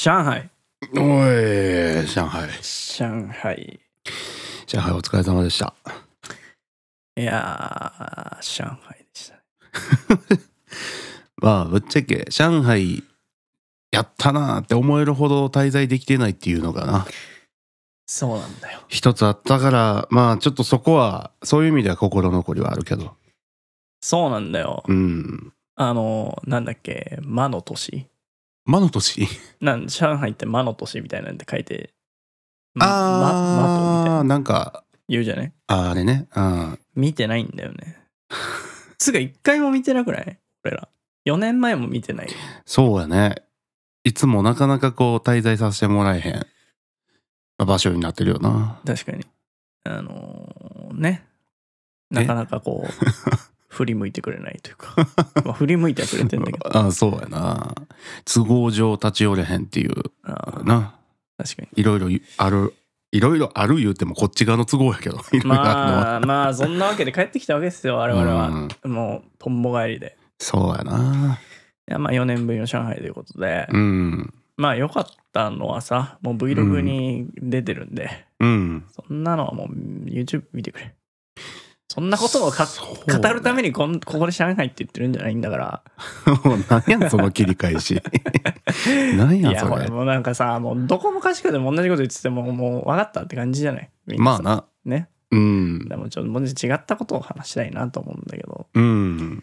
上海。 おい、上海。 上海。 上海お疲れ様でした。 いやー、上海でしたね。 まあ、ぶっちゃけ、上海やったなって思えるほど滞在できてないっていうのがな。 そうなんだよ。 一つあったから、まあちょっとそこは、そういう意味では心残りはあるけど。 そうなんだよ。 うん。 なんだっけ、魔の都市。 魔の都市上海って魔の都市みたいなんで書いて、魔とみたいななんか、 言うじゃね。 あれね。うん。 見てないんだよね。つうか一回も見てなくない俺ら。4年前も見てないよ。 そうやね。いつもなかなかこう滞在させてもらえへん場所になってるよな。 確かに。ね。なかなかこう、振り向いてくれないというか。まあ振り向いてはくれてんだけど。 あ、そうやな。都合上立ち寄れへんっていうな。 確かに。 いろいろある言うてもこっち側の都合やけど。 まあそんなわけで帰ってきたわけですよ我々は。もうとんぼ帰りで。 そうやな。 いやまあ4年ぶりの上海ということで、 うん。 まあ良かったのはさ、もう Vlog に出てるんで、 うん。 そんなのはもう YouTube 見てくれ。そんなことを語るためにここで上海って言ってるんじゃないんだから。 もう何やその切り返し。何やそれ。 いやほらもうなんかさ、もうどこもかしこでも同じこと言っててももう分かったって感じじゃない。 まあな。 ね。 うん。 でもちょっともう違ったことを話したいなと思うんだけど。 うん。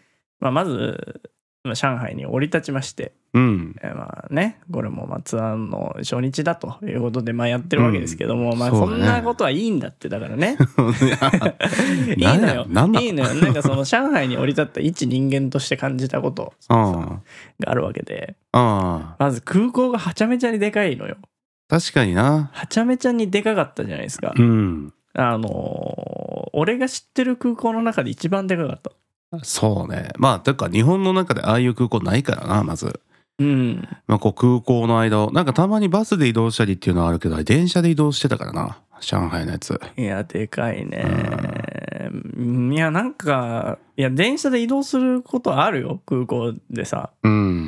まず上海に降り立ちまして、 うん。 まあね、これもまあツアーの初日だということでまあやってるわけですけども、 うん、 まあそんなことはいいんだってだからね。いいのよ。いいのよ。なんかその上海に降り立った一人間として感じたことがあるわけで、まず空港がはちゃめちゃにでかいのよ。 確かにな。 はちゃめちゃにでかかったじゃないですか。 うん。 俺が知ってる空港の中で一番でかかった。 そうね。まあだから日本の中でああいう空港ないからな、まず。 うん。 まあこう空港の間をなんかたまにバスで移動したりっていうのはあるけど、電車で移動してたからな、上海のやつ。 いやでかいね。いやなんかいや電車で移動することあるよ空港でさ。 うん。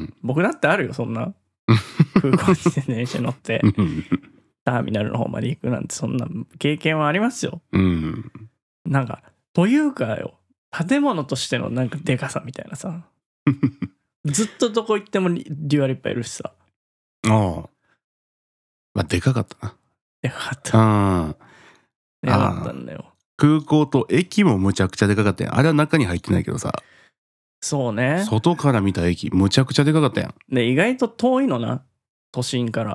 僕だってあるよそんな。空港に電車乗ってターミナルの方まで行くなんてそんな経験はありますよ。 うん。 なんかというかよ、建物としてのなんかでかさみたいなさ。ずっとどこ行ってもデュアリッパいるしさ。 ああ。まあでかかったな。 でかかった。でかかったんだよ。 空港と駅もむちゃくちゃでかかったやん。あれは中に入ってないけどさ。 そうね。 外から見た駅むちゃくちゃでかかったやん。 で意外と遠いのな、都心から。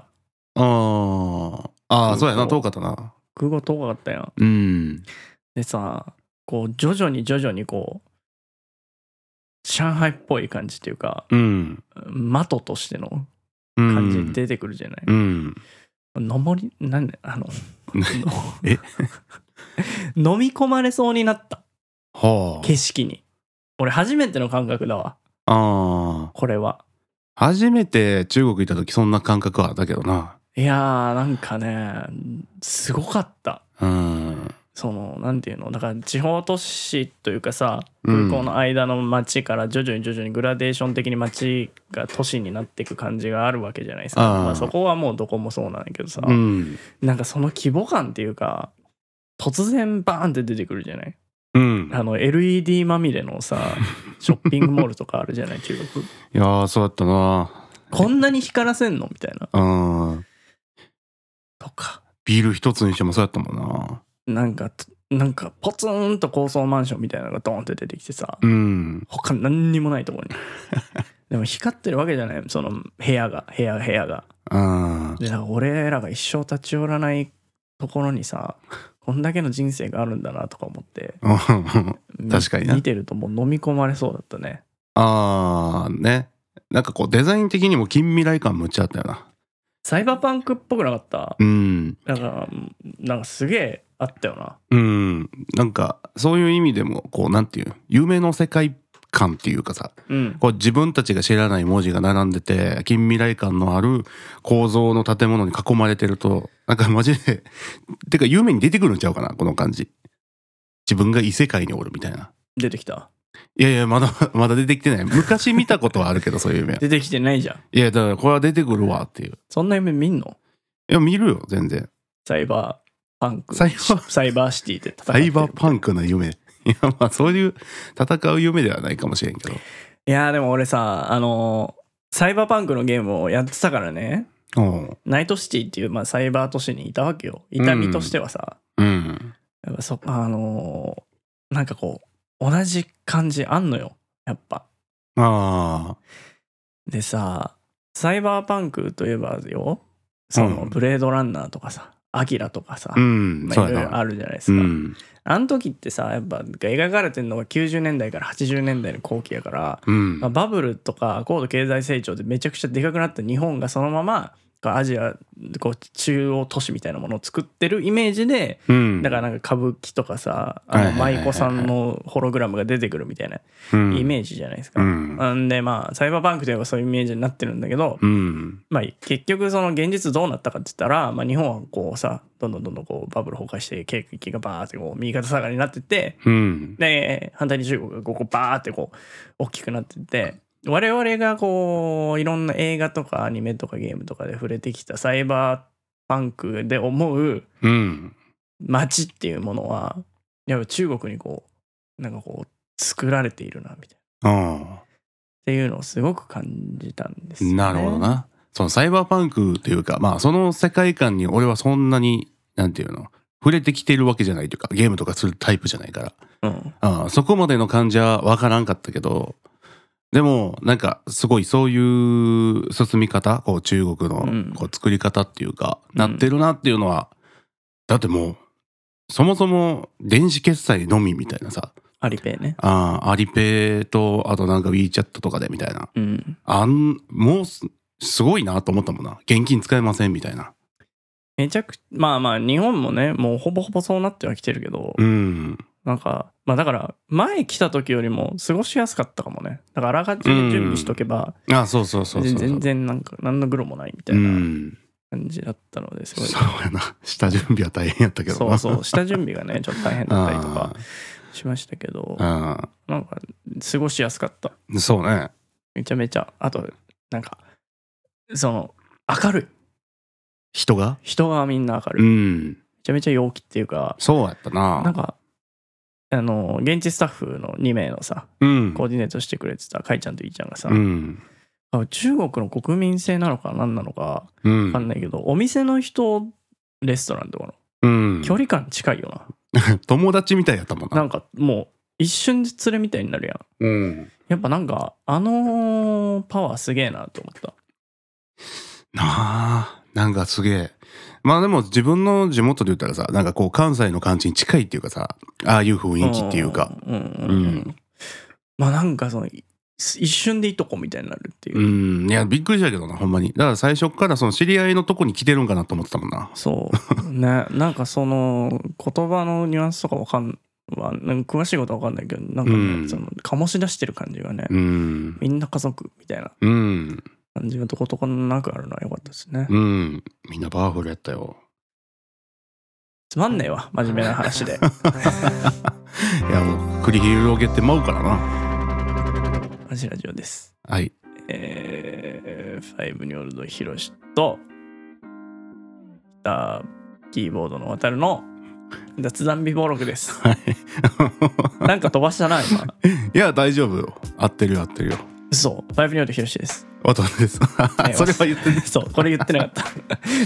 そうやな、遠かったな。 空港遠かったやん。 うん。 でさ、こう徐々にこう上海っぽい感じっていうか、マトとしての感じ出てくるじゃない。なんで飲み込まれそうになった。景色に。俺初めての感覚だわ。これは。初めて中国行った時そんな感覚はあったけどな。 いやーなんかねすごかった。そのなんていうのだから地方都市というかさ、空港の間の街から徐々にグラデーション的に街が都市になっていく感じがあるわけじゃないですか。まあ、そこはもうどこもそうなんだけどさ、なんかその規模感っていうか突然バーンって出てくるじゃない。LED まみれのさショッピングモールとかあるじゃない中国。いやーそうだったな。 こんなに光らせんのみたいな。とかビール一つにしてもそうやったもんな。 なんかポツンと高層マンションみたいなのがドーンって出てきてさ、他何にもないところにでも光ってるわけじゃない、その部屋がでなんか俺らが一生立ち寄らないところにさこんだけの人生があるんだなとか思って確かにな。 見てるともう飲み込まれそうだったね。 ね。なんかこうデザイン的にも近未来感むっちゃあったよな。 サイバーパンクっぽくなかった？なんかすげえあったよな。 なんかそういう意味でもこうなんていう夢の世界観っていうかさ、こう自分たちが知らない文字が並んでて近未来感のある構造の建物に囲まれてるとなんかマジでてか夢に出てくるんちゃうかなこの感じ。自分が異世界におるみたいな。 出てきた。 いやいやまだ出てきてない。昔見たことはあるけどそういう夢は出てきてないじゃん。 いやだからこれは出てくるわっていう。 そんな夢見んの？ いや見るよ全然。 サイバーパンク、 サイバーシティで戦ってる。 サイバーパンクの夢。いやまあそういう戦う夢ではないかもしれんけど。いやでも俺さサイバーパンクのゲームをやってたからね。ナイトシティっていう、まあ、サイバー都市にいたわけよ。痛みとしてはさ、やっぱなんかこう同じ感じあんのよやっぱ。でさ、サイバーパンクといえばよ、そのブレードランナーとかさ、アキラとかさ、まあ、いろいろあるじゃないですか。あの時ってさ、やっぱ描かれてるのが90年代から80年代の後期やから、まあ、バブルとか高度経済成長でめちゃくちゃでかくなった日本がそのままアジアこう中央都市みたいなものを作ってるイメージで、だからなんか歌舞伎とかさ舞妓さんのホログラムが出てくるみたいなイメージじゃないですか。んでまあサイバーパンクといえばそういうイメージになってるんだけど、まあ結局その現実どうなったかって言ったら、まあ、日本はこうさどんどんこうバブル崩壊して景気がバーってこう右肩下がりになってって、で反対に中国がこうバーってこう大きくなってって。我々がこういろんな映画とかアニメとかゲームとかで触れてきたサイバーパンクで思う街っていうものはやっぱ中国にこうなんかこう作られているなみたいなっていうのをすごく感じたんですよね。 なるほどな。そのサイバーパンクというかまあその世界観に俺はそんなになんていうの触れてきてるわけじゃないというかゲームとかするタイプじゃないから、そこまでの感じは分からんかったけど。でもなんかすごいそういう進み方こう中国のこう作り方っていうか、なってるなっていうのはだってもうそもそも電子決済のみみたいなさアリペイねアリペイとあとなんか WeChat とかでみたいな、もうすごいなと思ったもんな。現金使えませんみたいな。 めちゃくまあ日本もねもうほぼほぼそうなってはきてるけど、なんかまあだから前来た時よりも過ごしやすかったかもね。だからあらかじめ準備しとけば、 そう全然なんか何の苦労もないみたいな感じだったのですごい。 そうやな。下準備は大変やったけどな。 そう下準備がねちょっと大変だったりとかしましたけど、なんか過ごしやすかった。 そうね。 めちゃめちゃ。あとなんかその明るい。人がみんな明るい。めちゃめちゃ陽気っていうか。 そうやったな。 なんか現地スタッフの2名のさ、コーディネートしてくれてたかいちゃんといいちゃんがさ、中国の国民性なのか何なのか分かんないけど、お店の人レストランとかの、距離感近いよな。友達みたいやったもんな。 なんかもう一瞬で連れみたいになるやん。やっぱなんかパワーすげえなと思った。 なんかすげえ。まあでも自分の地元で言ったらさなんかこう関西の感じに近いっていうかさああいう雰囲気っていうかまあなんかその一瞬でいとこみたいになるっていう。 いやびっくりしたけどなほんまに。だから最初からその知り合いのとこに来てるんかなと思ってたもんな。 そうね。なんかその言葉のニュアンスとかなんか詳しいことは分かんないけどなんかね、その醸し出してる感じがね、みんな家族みたいな感じがどことかなくあるのは良かったですね。 みんなパワフルやったよ。 つまんねえわ真面目な話で。 いやもう繰り広げてまうからな。 マジラジオです。 はい。 5におるとひろしとギターキーボードの渡るの雑談美貌録です。はい。なんか飛ばしたな今。 いや大丈夫よ。合ってるよ。 そう5におるとひろしです。 渡るです。それは言ってね。 そうこれ言ってなかった。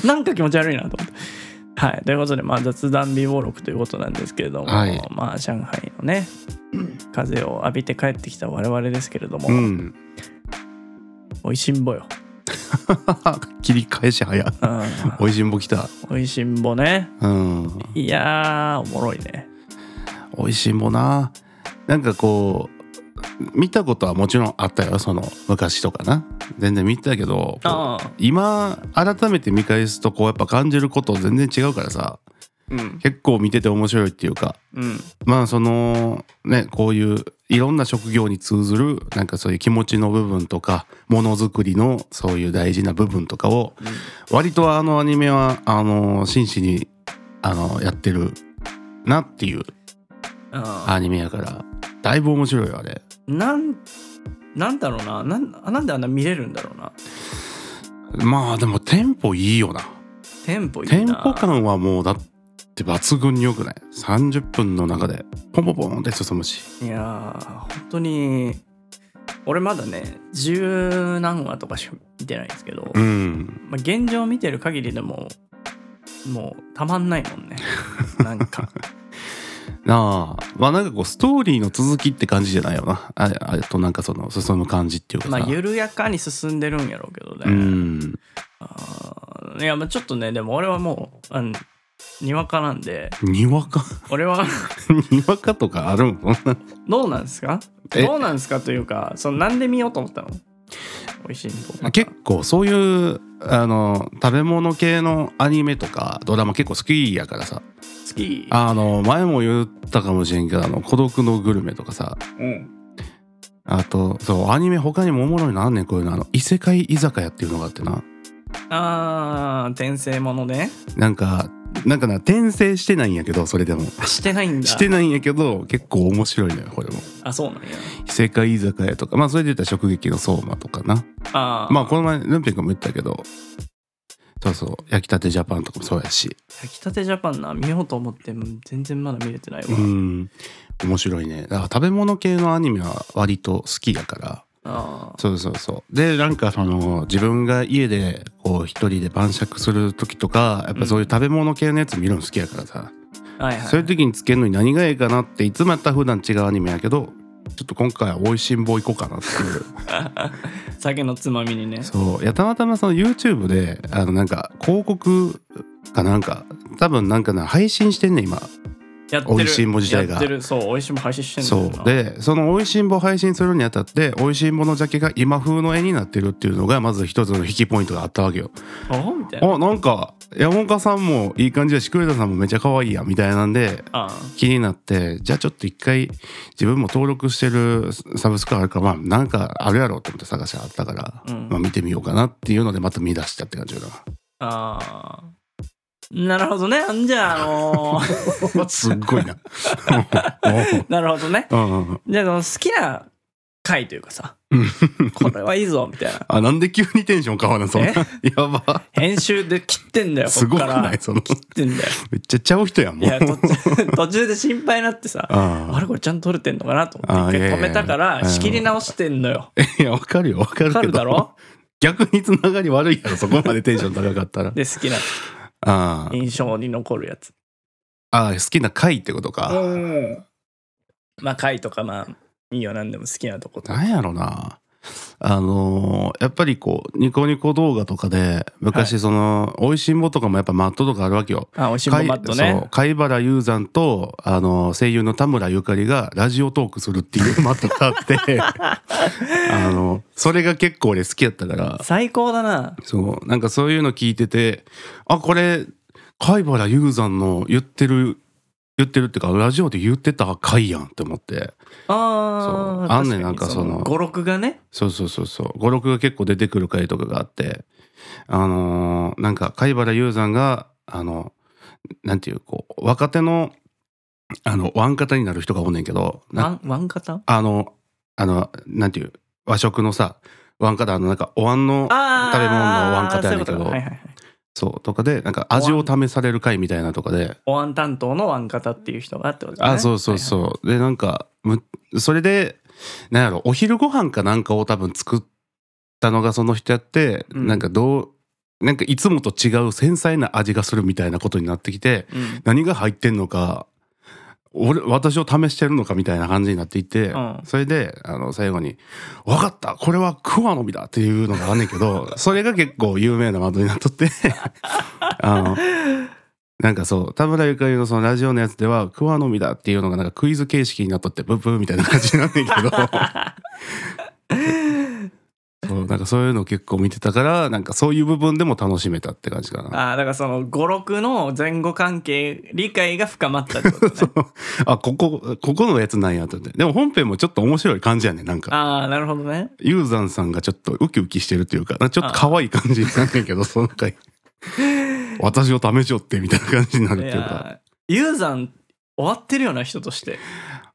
なんか気持ち悪いなと思って。はい、ということで、雑談美貌録ということなんですけれども、上海のね風を浴びて帰ってきた我々ですけれども、おいしんぼよ。 切り返し早。おいしんぼ来た。 おいしんぼね。いやーおもろいね。 おいしんぼな。なんかこう見たことはもちろんあったよその昔とかな全然見てたけど今改めて見返すとこうやっぱ感じること全然違うからさ、結構見てて面白いっていうか、まあそのねこういういろんな職業に通ずるなんかそういう気持ちの部分とかものづくりのそういう大事な部分とかを、割とアニメは真摯にやってるなっていうアニメやからだいぶ面白いよあれ。 なんだろうな、なんであんな見れるんだろうな。 まあでもテンポいいよな。 テンポいいな。 テンポ感はもうだって抜群に良くない？30分の中でポンポンポンって進むし。 いやー本当に俺まだね十何話とかしか見てないんですけど、まあ、現状見てる限りでももうたまんないもんねなんかまあなんかこうストーリーの続きって感じじゃないよな。あとなんかその進む感じっていうかさ、 まあ緩やかに進んでるんやろうけどね。いやまあちょっとね、でも俺はもうにわかなんで。 にわか俺はにわかとかあるんどうなんですか？どうなんですかというか、なんで見ようと思ったの？おいしいんぼ。 結構そういう食べ物系のアニメとかドラマ結構好きやからさ。 好き。 前も言ったかもしれんけど孤独のグルメとかさ、あとそうアニメ他にもおもろいのあんねん。こういうの異世界居酒屋っていうのがあってな。 転生ものね。 なんかな転生してないんやけど、それでもしてないんだ。 してないんやけど結構面白いのよこれも。 そうなんや。 異世界居酒屋とか、まあそれで言ったら食撃の相馬とかな。まあこの前ルンピン君も言ったけど、そう焼きたてジャパンとかもそうやし。 焼きたてジャパンな、見ようと思って全然まだ見れてないわ。 面白いね。だから食べ物系のアニメは割と好きだから。そうでなんか自分が家でこう一人で晩酌する時とかやっぱそういう食べ物系のやつ見るの好きやからさ、そういう時につけるのに何がいいかなって、いつもやったら普段違うアニメやけどちょっと今回はおいしんぼ行こうかなっていう酒のつまみにね。 そうたまたまYouTube でなんか広告かなんか多分なんか配信してんね今。おいしんぼ自体がそうおいしんぼ配信してんのよな。そうでそのおいしんぼ配信するにあたっておいしんぼのジャケが今風の絵になってるっていうのがまず一つの引きポイントがあったわけよ。 みたいな。 なんか山岡さんもいい感じだし栗田さんもめっちゃ可愛いやみたいなんで気になって、じゃあちょっと一回自分も登録してるサブスクあるから、まあなんかあるやろうと思って探しあったから、まあ見てみようかなっていうのでまた見出したって感じだな。 なるほどね。じゃあすっごいななるほどね。じゃあ好きな回というかさこれはいいぞみたいな。 なんで急にテンション変わるの？そんなやば。 編集で切ってんだよ。 すごくない？切ってんだよ。 めっちゃちゃう人やんもう。いや途中で心配になってさあれこれちゃんと撮れてんのかなと思って一回止めたから仕切り直してんのよ。 いやわかるよわかるけど。わかるだろ。逆につながり悪いやろそこまでテンション高かったら。 で好きな印象に残るやつ。 好きな回ってことか。 まあ回とかまあいいよ何でも好きなとこと。 なんやろな。やっぱりこうニコニコ動画とかで昔おいしんぼとかもやっぱマットとかあるわけよ。 おいしんぼマットね。 そう貝原雄山と声優の田村ゆかりがラジオトークするっていうマットがあってそれが結構俺好きやったから最高だな。 そうなんかそういうの聞いててこれ貝原雄山の言ってるっていうかラジオで言ってた回やんって思って。あんねんなんか語録がね。 そう語録が結構出てくる回とかがあってなんか貝原雄山がなんていうこう若手のワンカタになる人がおんねんけど。 ワンカタ？ なんていう和食のさワンカタなんかお椀の食べ物のワンカタやねんけど。そうとかでなんか味を試される回みたいなとかでお椀担当のワンカタっていう人がってことですね。 そうでなんかそれでなんやろお昼ご飯かなんかを多分作ったのがその人やって、なんかいつもと違う繊細な味がするみたいなことになってきて、何が入ってんのか私を試してるのかみたいな感じになっていて、それで最後に「分かったこれは桑の実だ」っていうのがあんねんけどそれが結構有名なワードになっとってなんかそう田村ゆかりのそのラジオのやつでは桑の実だっていうのがなんかクイズ形式になっとってブーブーみたいな感じになんねんけどそうなんかそういうの結構見てたからなんかそういう部分でも楽しめたって感じかな。 だから語録の前後関係理解が深まったってことね。 そうここのやつなんやと思って。でも本編もちょっと面白い感じやねんなんか。 なるほどね。 ユーザンさんがちょっとウキウキしてるっていうかちょっと可愛い感じになってんけどその回私を試しよってみたいな感じになるっていうか。 ユーザン終わってるような人として。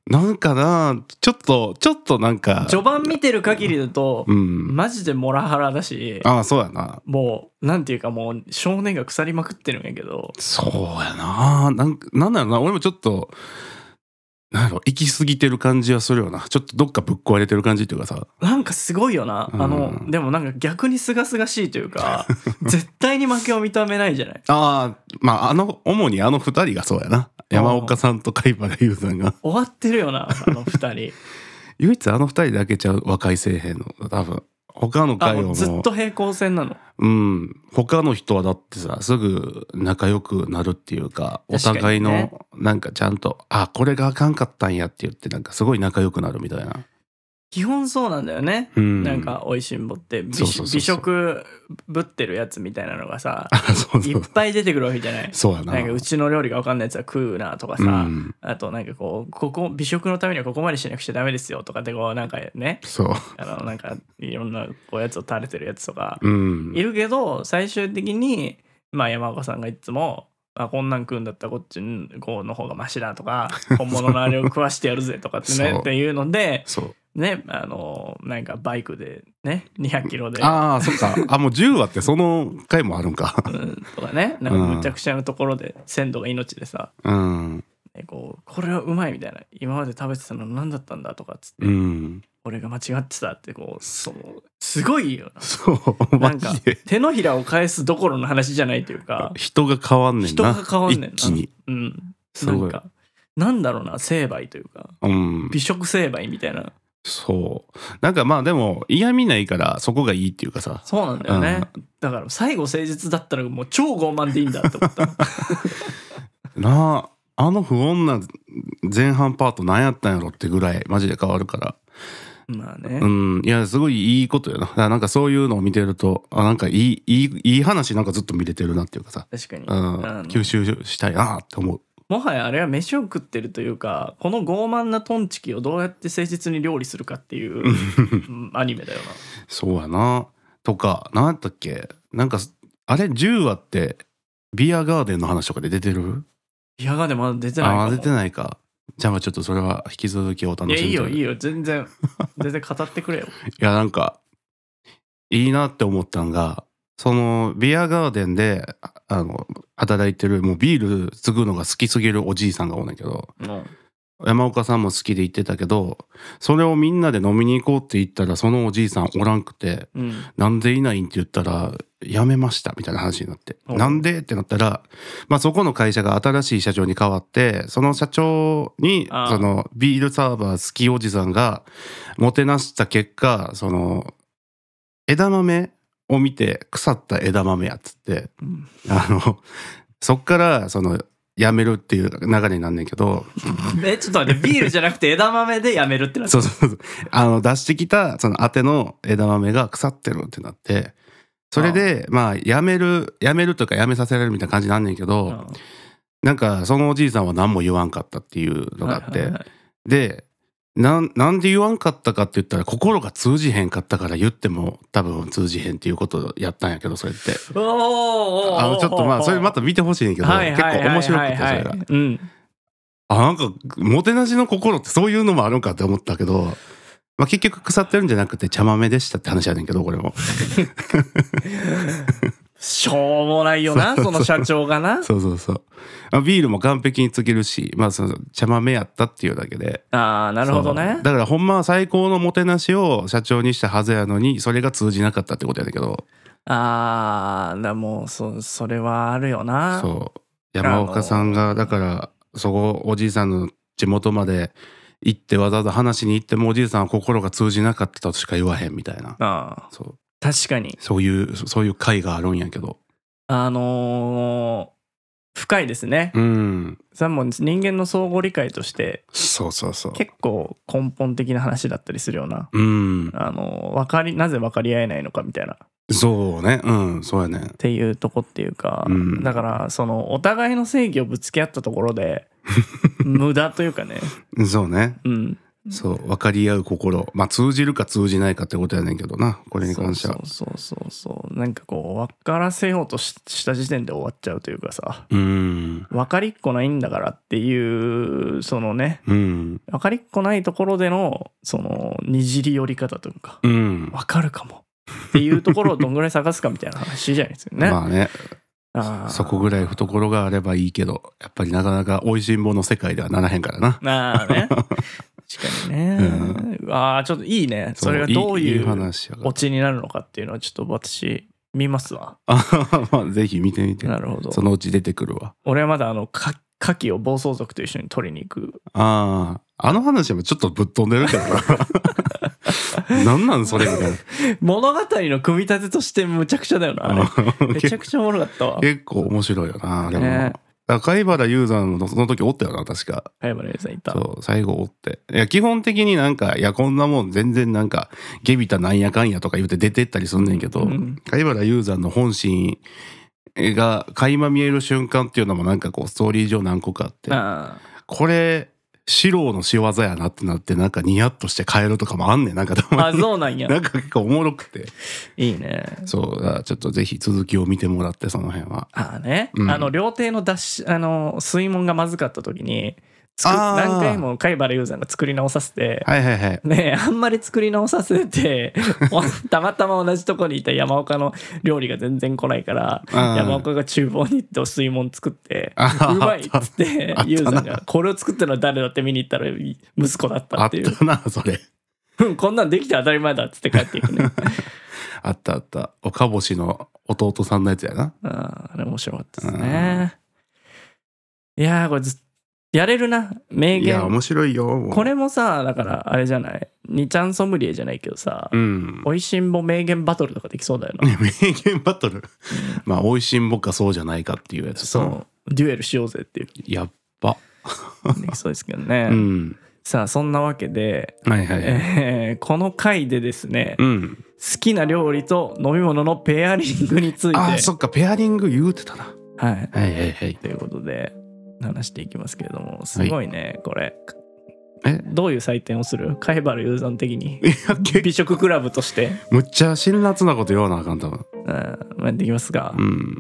なんかなちょっとなんか序盤見てる限りだと、 うん、 マジでモラハラだし、 ああそうやな、 もうなんていうかもう少年が腐りまくってるんやけど、 そうやな、なんだろうな、俺もちょっとなんやろ行き過ぎてる感じはするよな。ちょっとどっかぶっ壊れてる感じっていうかさ、 なんかすごいよな、でもなんか逆に清々しいというか絶対に負けを認めないじゃない。 ああまあ主に2人がそうやな、山岡さんと貝原優さんが終わってるよな2人唯一2人だけちゃう和解せえへんの多分。他の回はもうずっと平行線なの。 うん他の人はだってさすぐ仲良くなるっていうか、お互いのなんかちゃんとこれがあかんかったんやって言ってなんかすごい仲良くなるみたいな。 基本そうなんだよね、うん、なんかおいしんぼって美食ぶってるやつみたいなのがさそういっぱい出てくるわけじゃない。 そうやな。 なんかうちの料理が分かんないやつは食うなとかさ、うん、あとなんかここ美食のためにはここまでしなくちゃダメですよとかってこうなんかね、 そうなんかいろんなおやつを垂れてるやつとかいるけど、最終的にまあ山岡さんがいつもこんなん食うんだったらこっちの方がマシだとか本物のあれを食わしてやるぜとかってねっていうのでね、なんかバイクでね200キロでそっかもう10話ってその回もあるんかとかね、なんかむちゃくちゃなところで鮮度が命でさ、これはうまいみたいな、今まで食べてたの何だったんだとかっつって、俺が間違ってたってすごいよな。そうなんか手のひらを返すどころの話じゃないというか、 人が変わんねんな、 人が変わんねんな一気に。 なんかなんだろうな、成敗というか、美食成敗みたいな。 そうなんかまあでも嫌味ないからそこがいいっていうかさ。 そうなんだよね、だから最後誠実だったらもう超傲慢でいいんだって思ったなあ不穏な前半パート何やったんやろってぐらいマジで変わるから。 まあね、 いやすごいいいことよな。だからなんかそういうのを見てるとなんかいい話なんかずっと見れてるなっていうかさ、 確かに、 吸収したいなって思う。 もはやあれは飯を食ってるというか、この傲慢なトンチキをどうやって誠実に料理するかっていうアニメだよな。 そうやな。とか何やったっけ、なんかあれ10話ってビアガーデンの話とかで出てる？ ビアガーデンまだ出てないかも。 出てないか。じゃあちょっとそれは引き続きお楽しみに。 いやいいよ全然語ってくれよいやなんかいいなって思ったんが、そのビアガーデンで働いてるもうビール継ぐのが好きすぎるおじいさんがおんねんけど、山岡さんも好きで言ってたけど、それをみんなで飲みに行こうって言ったらそのおじいさんおらんくて、なんでいないんって言ったら辞めましたみたいな話になって、なんでってなったら、そこの会社が新しい社長に変わって、その社長にそのビールサーバー好きおじさんがもてなした結果、その枝豆を見て腐った枝豆やっつって、そっからそのやめるっていう流れになんねんけどちょっと待って、ビールじゃなくて枝豆でやめるってなってそう出してきたその当ての枝豆が腐ってるってなって、それでやめるとかやめさせられるみたいな感じになんねんけど、なんかそのおじいさんは何も言わんかったっていうのがあって、でなんで言わんかったかって言ったら心が通じへんかったから言っても多分通じへんっていうことをやったんやけど、それってちょっとそれまた見てほしいんやけど、結構面白くてそれが、なんかもてなしの心ってそういうのもあるんかって思ったけど、結局腐ってるんじゃなくて茶豆でしたって話やねんけど、これもしょうもないよなその社長がなそうビールも完璧に継げるし、その茶豆やったっていうだけで。 なるほどね。 だからほんまは最高のもてなしを社長にしたはずやのにそれが通じなかったってことやねんけど。 もうそれはあるよな。 そう山岡さんがだからそこおじいさんの地元まで行ってわざわざ話しに行ってもおじいさんは心が通じなかったとしか言わへんみたいな。そう確かにそういう回があるんやけど、 深いですね。それはもう人間の相互理解としてそう結構根本的な話だったりするような。なぜ分かり合えないのかみたいな。 そうね、そうやねっていうとこっていうか、だからそのお互いの正義をぶつけ合ったところで無駄というかねそうね、 そう分かり合う心、まあ通じるか通じないかってことやねんけどな、これに関しては。 そうなんかこう分からせようとした時点で終わっちゃうというかさ、 分かりっこないんだからっていうそのね、分かりっこないところでのそのにじり寄り方というか、分かるかもっていうところをどんぐらい探すかみたいな話じゃないですよね。 まあね、そこぐらい懐があればいいけど、やっぱりなかなか美味しんぼの世界ではならへんからな。 まあね確かにね、ちょっといいね。それがどういうオチになるのかっていうのはちょっと私見ますわ。 まあぜひ見てみて。なるほど。そのうち出てくるわ。 俺はまだ牡蠣を暴走族と一緒に取りに行く。 あの話もちょっとぶっ飛んでるけどななんなんそれみたいな。 物語の組み立てとしてむちゃくちゃだよな。めちゃくちゃおもろかったわ。 結構面白いよな。でも貝原雄山のその時おったよな、確か。 貝原雄山いた。 そう最後おって、いや基本的になんか、いやこんなもん全然なんかゲビタなんやかんやとか言って出てったりすんねんけど、貝原雄山の本心が垣間見える瞬間っていうのもなんかこうストーリー上何個かあって、これ四郎の仕業やなってなって、なんかニヤッとして帰るとかもあんねん、なんかたまに。 そうなんや。 なんか結構おもろくていいね。 そうちょっとぜひ続きを見てもらって、その辺は。 料亭の水門がまずかった時に何回も貝原雄山が作り直させて、ね、あんまり作り直させてたまたま同じとこにいた山岡の料理が全然来ないから、山岡が厨房に行って水門作ってうまいっつって雄山がこれを作ったのは誰だって見に行ったら息子だったっていう。 あったなそれこんなんできて当たり前だっつって帰っていくねあった岡星の弟さんのやつやな。 あれ面白かったですね。いやーこれやれるな名言。いや面白いよ。 これもさだからあれじゃない、2ちゃんソムリエじゃないけどさ、おいしんぼ名言バトルとかできそうだよな。 名言バトルまあおいしんぼかそうじゃないかっていうやつ。 そうデュエルしようぜっていう。 やっぱできそうですけどね。さあそんなわけで、この回でですね、好きな料理と飲み物のペアリングについて。 そっかペアリング言うてたな。 はいということで話していきますけれども、すごいね、これどういう採点をする？貝原雄山的に美食クラブとしてむっちゃ辛辣なこと言わなあかん多分。 やっていきますか。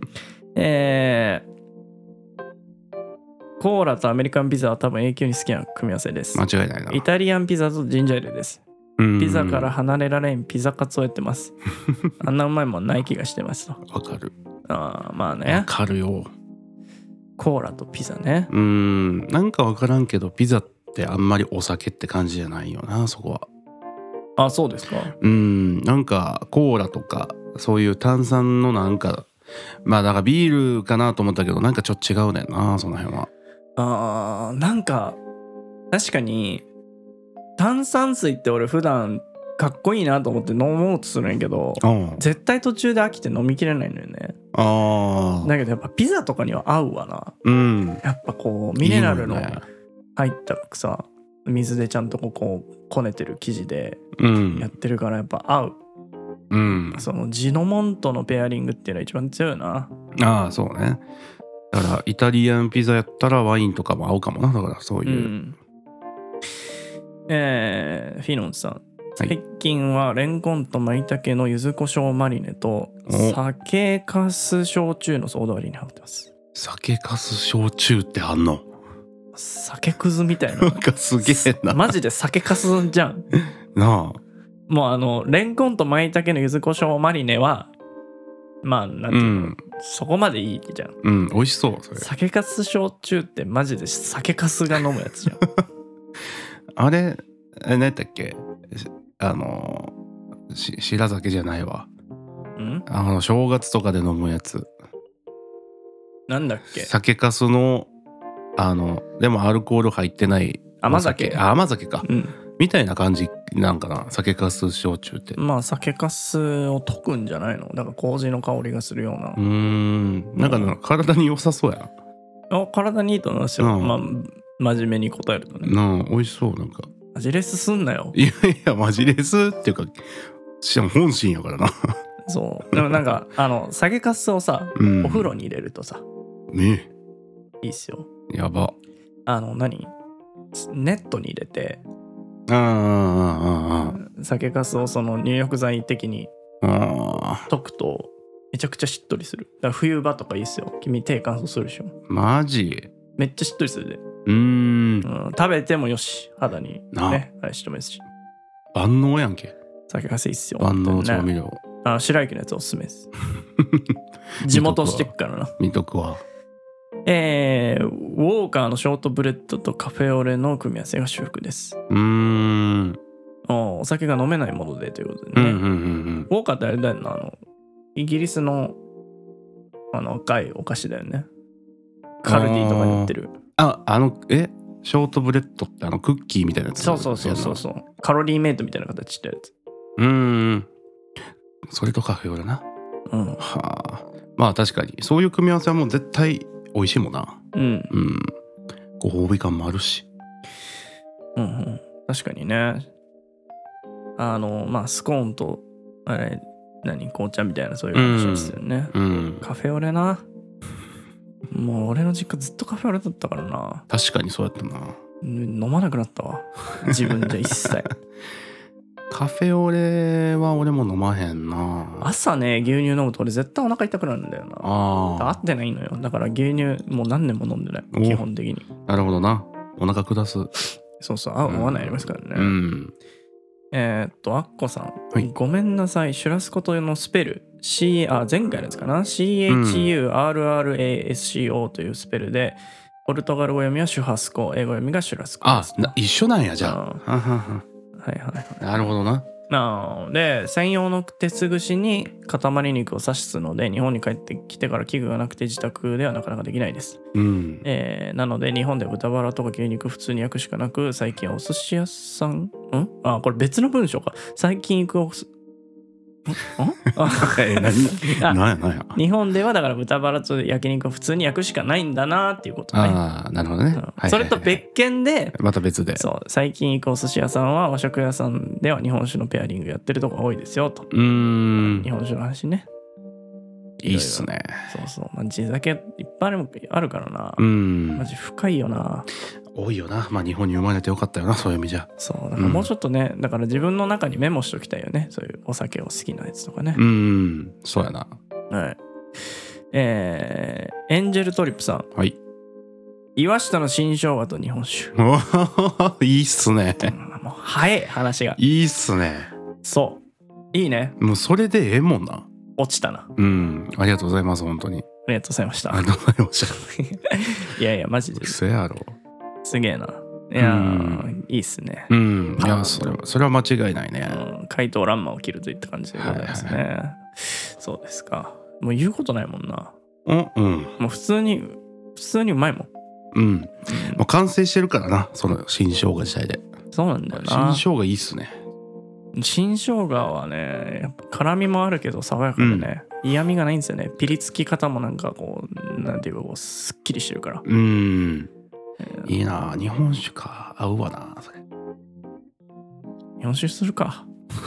コーラとアメリカンピザは多分永久に好きな組み合わせです。 間違いないな。 イタリアンピザとジンジャーエールです。ピザから離れられんピザカツをやってますあんなうまいもんない気がしてますと。 わかる。 まあね、 わかるよ。 コーラとピザね。 なんかわからんけどピザってあんまりお酒って感じじゃないよな、そこは。 そうですか。 なんかコーラとかそういう炭酸のなんか、まあだからビールかなと思ったけど、なんかちょっと違うねんな、その辺は。 なんか確かに炭酸水って俺普段かっこいいなと思って飲もうとするんやけど、絶対途中で飽きて飲みきれないのよね。だけどやっぱピザとかには合うわな。やっぱこうミネラルの入ったさ、水でちゃんとこうこねてる生地でやってるからやっぱ合う。その地のもんとのペアリングっていうのは一番強いな。 そうね。だからイタリアンピザやったらワインとかも合うかもな。だからそういう、 フィノンさん、最近はレンコンと舞茸の柚子胡椒マリネと酒粕焼酎のソーダ割りにハマってます。 酒粕焼酎ってあんの？ 酒くずみたいな。なんかすげえな。 マジで酒粕じゃん。 なあ。 もうレンコンと舞茸の柚子胡椒マリネはまあなんていうの、そこまでいいじゃん。 美味しそうそれ。 酒粕焼酎ってマジで酒粕が飲むやつじゃん。 あれ何やったっけ？白酒じゃないわ。正月とかで飲むやつ。 なんだっけ？ 酒粕のでもアルコール入ってない甘酒。 甘酒か。みたいな感じなんかな、酒粕焼酎って。 まあ酒粕を溶くんじゃないの？だから麹の香りがするような。 なんか体に良さそうやな。体にいいと思いますよ。まあ真面目に答えるとね。 美味しそう。なんかマジレスすんなよ。 いやマジレスっていうかしかも本心やからな。 そうでもなんか酒粕をさ、お風呂に入れるとさね、 いいっすよ。 やば。 ネットに入れて酒粕をその入浴剤的に溶くとめちゃくちゃしっとりする。だから冬場とかいいっすよ。君手乾燥するでしょ。 マジ？ めっちゃしっとりするで。食べてもよし、肌にね、しとめすし。 万能やんけ。 酒粕いいっすよ。 万能調味料。 白雪のやつおすすめです。地元してっからな。 見とくわ。 ウォーカーのショートブレッドとカフェオレの組み合わせが主役です。お酒が飲めないものでということでね。ウォーカーってあれだよな、イギリスの赤いお菓子だよね。カルディとかに売ってる。 ショートブレッドってクッキーみたいなやつ。 そう。カロリーメイトみたいな形してるやつ。 それとカフェオレな。はあ。まあ確かにそういう組み合わせはもう絶対美味しいもんな。ご褒美感もあるし。 確かにね。スコーンと紅茶みたいなそういう話ですよね。カフェオレな。もう俺の実家ずっとカフェオレだったからな。 確かにそうやったな。 飲まなくなったわ。自分じゃ一切。 カフェオレは俺も飲まへんな。 朝ね牛乳飲むと俺絶対お腹痛くなるんだよな。合ってないのよ。だから牛乳もう何年も飲んでない基本的に。 なるほどな。お腹下す。 そう合わないありますからね。アッコさん、ごめんなさい。シュラスコとのスペル前回のやつかな CHURRASCO というスペルで、ポルトガル語読みはシュハスコ、英語読みがシュラスコです、ね。 一緒なんやじゃあ。なるほどな。 で専用の鉄串に塊肉を刺すので日本に帰ってきてから器具がなくて自宅ではなかなかできないです。なので日本で豚バラとか牛肉普通に焼くしかなく、最近お寿司屋さんこれ別の文章か。最近行く日本ではだから豚バラと焼肉を普通に焼くしかないんだなっていうことね。 なるほどね。 それと別件でまた別で、 そう最近行くお寿司屋さんは和食屋さんでは日本酒のペアリングやってるとこが多いですよと。日本酒の話ね。 いいっすね。 そう地酒いっぱいあるからな。マジ深いよな。 多いよな。日本に生まれてよかったよな、そういう意味じゃ。 そうだからもうちょっとね、だから自分の中にメモしときたいよね。そういうお酒を好きなやつとかね。 そうやな。 はい。エンジェルトリップさん。 はい。 岩下の新生姜と日本酒。 いいっすね。 もう早い話が。 いいっすね。 そういいね。 もうそれでええもんな。 落ちたな。 ありがとうございます本当に。 ありがとうございました。 ありがとうございました。 いやマジで。 嘘やろ。 すげえな。いやいいっすね。 いやそれは間違いないね。 怪盗ランマを切るといった感じでございますね。そうですか。もう言うことないもんな。もう普通にうまいもん。 もう完成してるからな、その新生姜自体で。 そうなんだよな。 新生姜いいっすね。 新生姜はねやっぱ辛みもあるけど爽やかでね、嫌味がないんですよね。ピリつき方もなんかこうなんていうかこうすっきりしてるから。いいな。日本酒か合うわなそれ。 日本酒するか。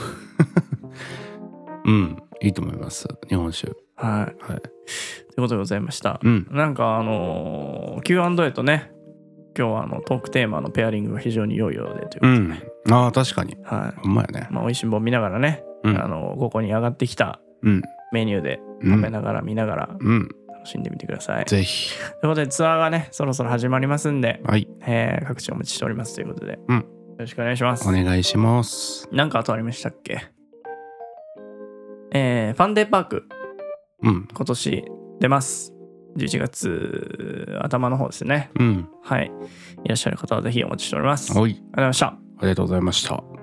いいと思います日本酒。 ということでございました。なんかQ&A とね今日はトークテーマのペアリングが非常に良いようでということで、 確かにほんまやね。 美味しんぼ見ながらね、ここに上がってきたメニューで食べながら見ながら楽しんでみてください。 ぜひ。 ということでツアーがねそろそろ始まりますんで、各地お待ちしておりますということで、よろしくお願いします。 お願いします。 なんかあとありましたっけ。ファンデーパーク、今年出ます。11月頭の方ですね。いらっしゃる方はぜひお待ちしております。 はい。 ありがとうございました。 ありがとうございました。